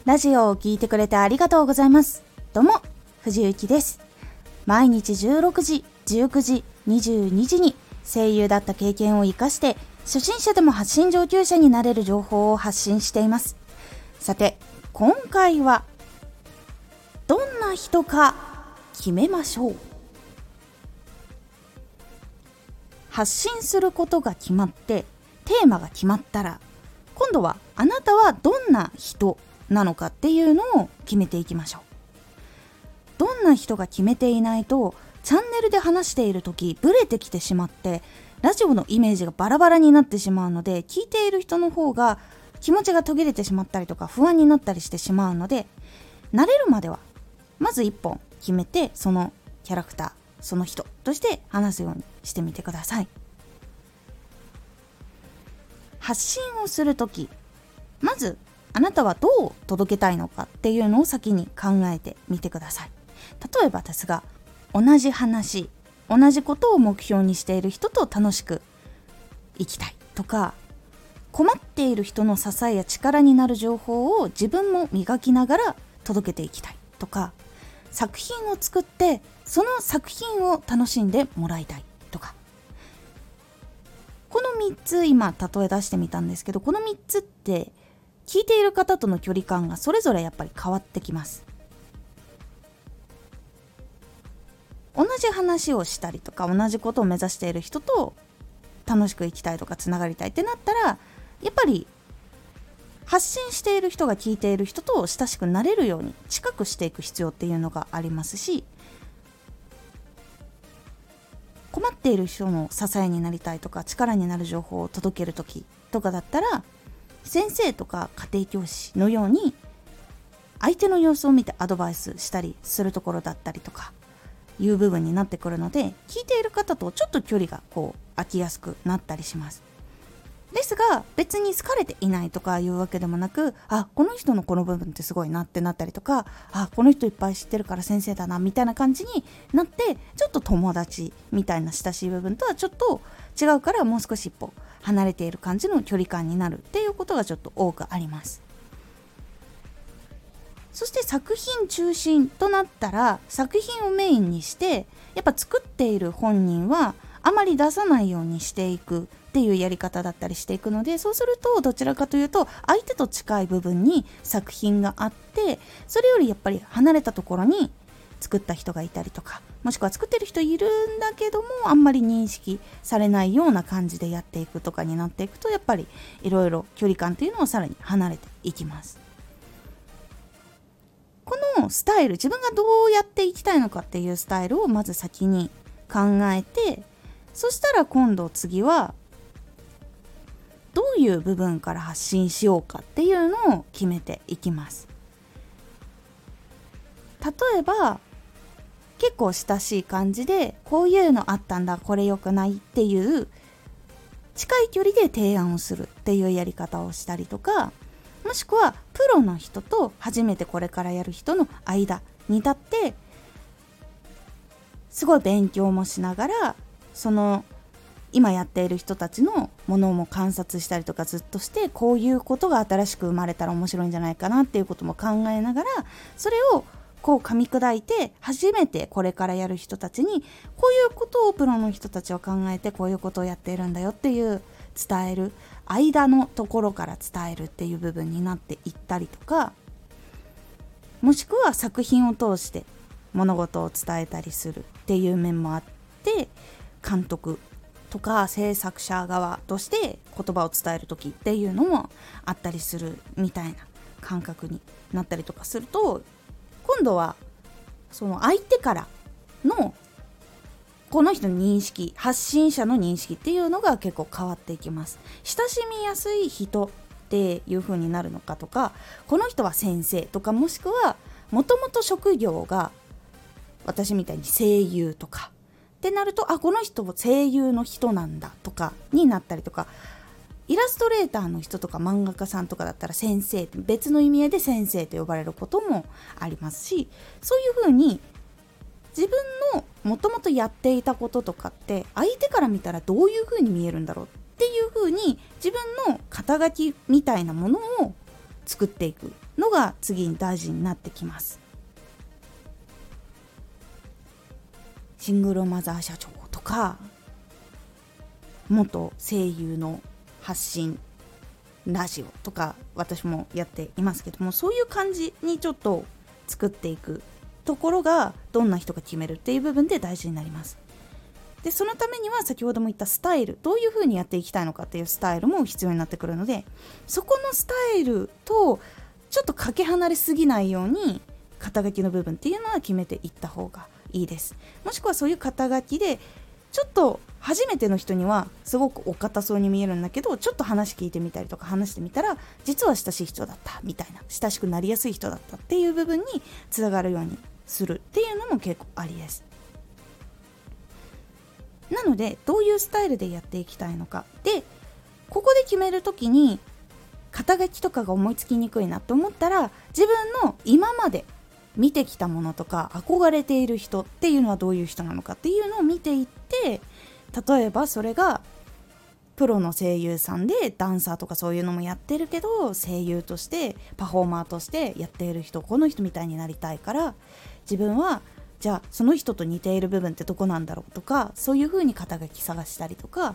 ラジオを聞いてくれてありがとうございます。どうも、藤幸です。毎日16時、19時、22時に声優だった経験を生かして初心者でも発信上級者になれる情報を発信しています。さて、今回はどんな人か決めましょう。発信することが決まってテーマが決まったら、今度はあなたはどんな人なのかっていうのを決めていきましょう。どんな人が決めていないとチャンネルで話している時ブレてきてしまってラジオのイメージがバラバラになってしまうので、聞いている人の方が気持ちが途切れてしまったりとか不安になったりしてしまうので、慣れるまではまず一本決めて、そのキャラクター、その人として話すようにしてみてください。発信をするとき、まずあなたはどう届けたいのかっていうのを先に考えてみてください。例えばですが、同じ話、同じことを目標にしている人と楽しく生きたいとか、困っている人の支えや力になる情報を自分も磨きながら届けていきたいとか、作品を作ってその作品を楽しんでもらいたいとか、この3つ今例え出してみたんですけど、この3つって聞いている方との距離感がそれぞれやっぱり変わってきます。同じ話をしたりとか、同じことを目指している人と楽しく生きたいとかつながりたいってなったら、やっぱり発信している人が聞いている人と親しくなれるように近くしていく必要っていうのがありますし、困っている人の支えになりたいとか力になる情報を届けるときとかだったら、先生とか家庭教師のように相手の様子を見てアドバイスしたりするところだったりとかいう部分になってくるので、聞いている方とちょっと距離が空きやすくなったりします。ですが別に好かれていないとかいうわけでもなく、この人のこの部分ってすごいなってなったりとか、この人いっぱい知ってるから先生だなみたいな感じになって、ちょっと友達みたいな親しい部分とはちょっと違うから、もう少し一歩離れている感じの距離感になるっていうことがちょっと多くあります。そして作品中心となったら、作品をメインにしてやっぱ作っている本人はあまり出さないようにしていくっていうやり方だったりしていくので、そうするとどちらかというと相手と近い部分に作品があって、それよりやっぱり離れたところに作った人がいたりとか、もしくは作ってる人いるんだけどもあんまり認識されないような感じでやっていくとかになっていくと、やっぱりいろいろ距離感っていうのはさらに離れていきます。このスタイル、自分がどうやっていきたいのかっていうスタイルをまず先に考えて、そしたら今度次はどういう部分から発信しようかっていうのを決めていきます。例えば結構親しい感じで、こういうのあったんだ、これ良くないっていう近い距離で提案をするっていうやり方をしたりとか、もしくはプロの人と初めてこれからやる人の間に立ってすごい勉強もしながら、その今やっている人たちのものも観察したりとかずっとして、こういうことが新しく生まれたら面白いんじゃないかなっていうことも考えながら、それを噛み砕いて、初めてこれからやる人たちにこういうことをプロの人たちは考えてこういうことをやっているんだよっていう伝える、間のところから伝えるっていう部分になっていったりとか、もしくは作品を通して物事を伝えたりするっていう面もあって、監督とか制作者側として言葉を伝える時っていうのもあったりするみたいな感覚になったりとかすると、今度はその相手からのこの人の認識、発信者の認識っていうのが結構変わっていきます。親しみやすい人っていう風になるのかとか、この人は先生とか、もしくはもともと職業が私みたいに声優とかってなると、この人は声優の人なんだとかになったりとか、イラストレーターの人とか漫画家さんとかだったら先生って別の意味合いで先生と呼ばれることもありますし、そういう風に自分のもともとやっていたこととかって相手から見たらどういう風に見えるんだろうっていう風に自分の肩書きみたいなものを作っていくのが次に大事になってきます。シングルマザー社長とか元声優の発信ラジオとか私もやっていますけども、そういう感じにちょっと作っていくところがどんな人が決めるっていう部分で大事になります。でそのためには先ほども言ったスタイル、どういう風にやっていきたいのかっていうスタイルも必要になってくるので、そこのスタイルとちょっとかけ離れすぎないように肩書きの部分っていうのは決めていった方がいいです。もしくはそういう肩書きでちょっと初めての人にはすごくお堅そうに見えるんだけど、ちょっと話聞いてみたりとか話してみたら実は親しい人だったみたいな、親しくなりやすい人だったっていう部分につながるようにするっていうのも結構ありです。なのでどういうスタイルでやっていきたいのかで、ここで決めるときに肩書きとかが思いつきにくいなと思ったら、自分の今まで見てきたものとか憧れている人っていうのはどういう人なのかっていうのを見ていって、例えばそれがプロの声優さんでダンサーとかそういうのもやってるけど、声優としてパフォーマーとしてやっている人、この人みたいになりたいから自分はじゃあその人と似ている部分ってどこなんだろうとか、そういう風に肩書き探したりとか、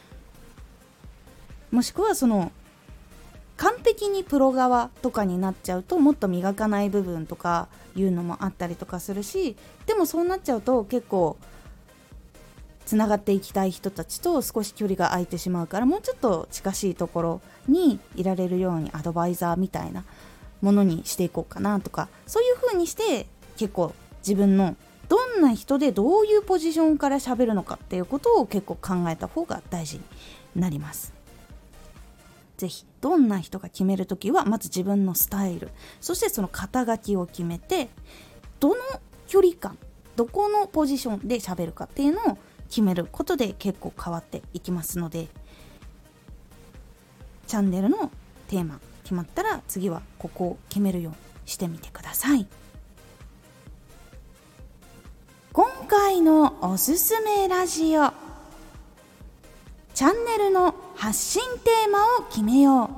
もしくはその完璧にプロ側とかになっちゃうともっと磨かない部分とかいうのもあったりとかするし、でもそうなっちゃうと結構つながっていきたい人たちと少し距離が空いてしまうから、もうちょっと近しいところにいられるようにアドバイザーみたいなものにしていこうかなとか、そういう風にして結構自分のどんな人でどういうポジションから喋るのかっていうことを結構考えた方が大事になります。ぜひどんな人が決めるときはまず自分のスタイル、そしてその肩書きを決めて、どの距離感、どこのポジションで喋るかっていうのを決めることで結構変わっていきますので、チャンネルのテーマ決まったら次はここを決めるようにしてみてください。今回のおすすめラジオ、チャンネルの発信テーマを決めよう。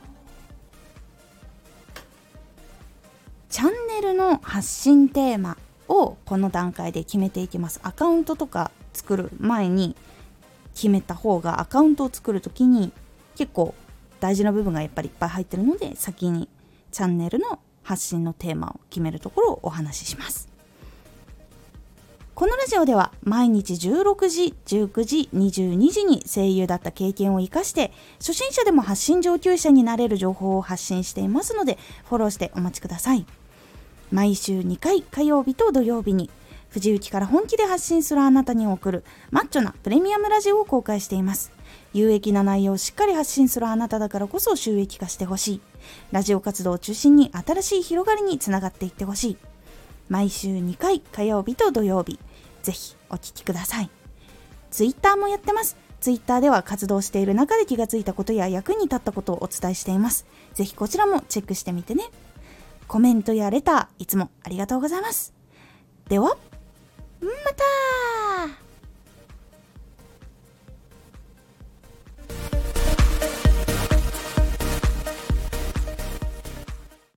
チャンネルの発信テーマをこの段階で決めていきます。アカウントとか作る前に決めた方が、アカウントを作るときに結構大事な部分がやっぱりいっぱい入ってるので、先にチャンネルの発信のテーマを決めるところをお話しします。このラジオでは毎日16時、19時、22時に声優だった経験を生かして初心者でも発信上級者になれる情報を発信していますので、フォローしてお待ちください。毎週2回、火曜日と土曜日に藤雪から本気で発信するあなたに送るマッチョなプレミアムラジオを公開しています。有益な内容をしっかり発信するあなただからこそ収益化してほしい。ラジオ活動を中心に新しい広がりにつながっていってほしい。毎週2回、火曜日と土曜日、ぜひお聞きください。ツイッターもやってます。ツイッターでは活動している中で気がついたことや役に立ったことをお伝えしています。ぜひこちらもチェックしてみてね。コメントやレターいつもありがとうございます。ではまた。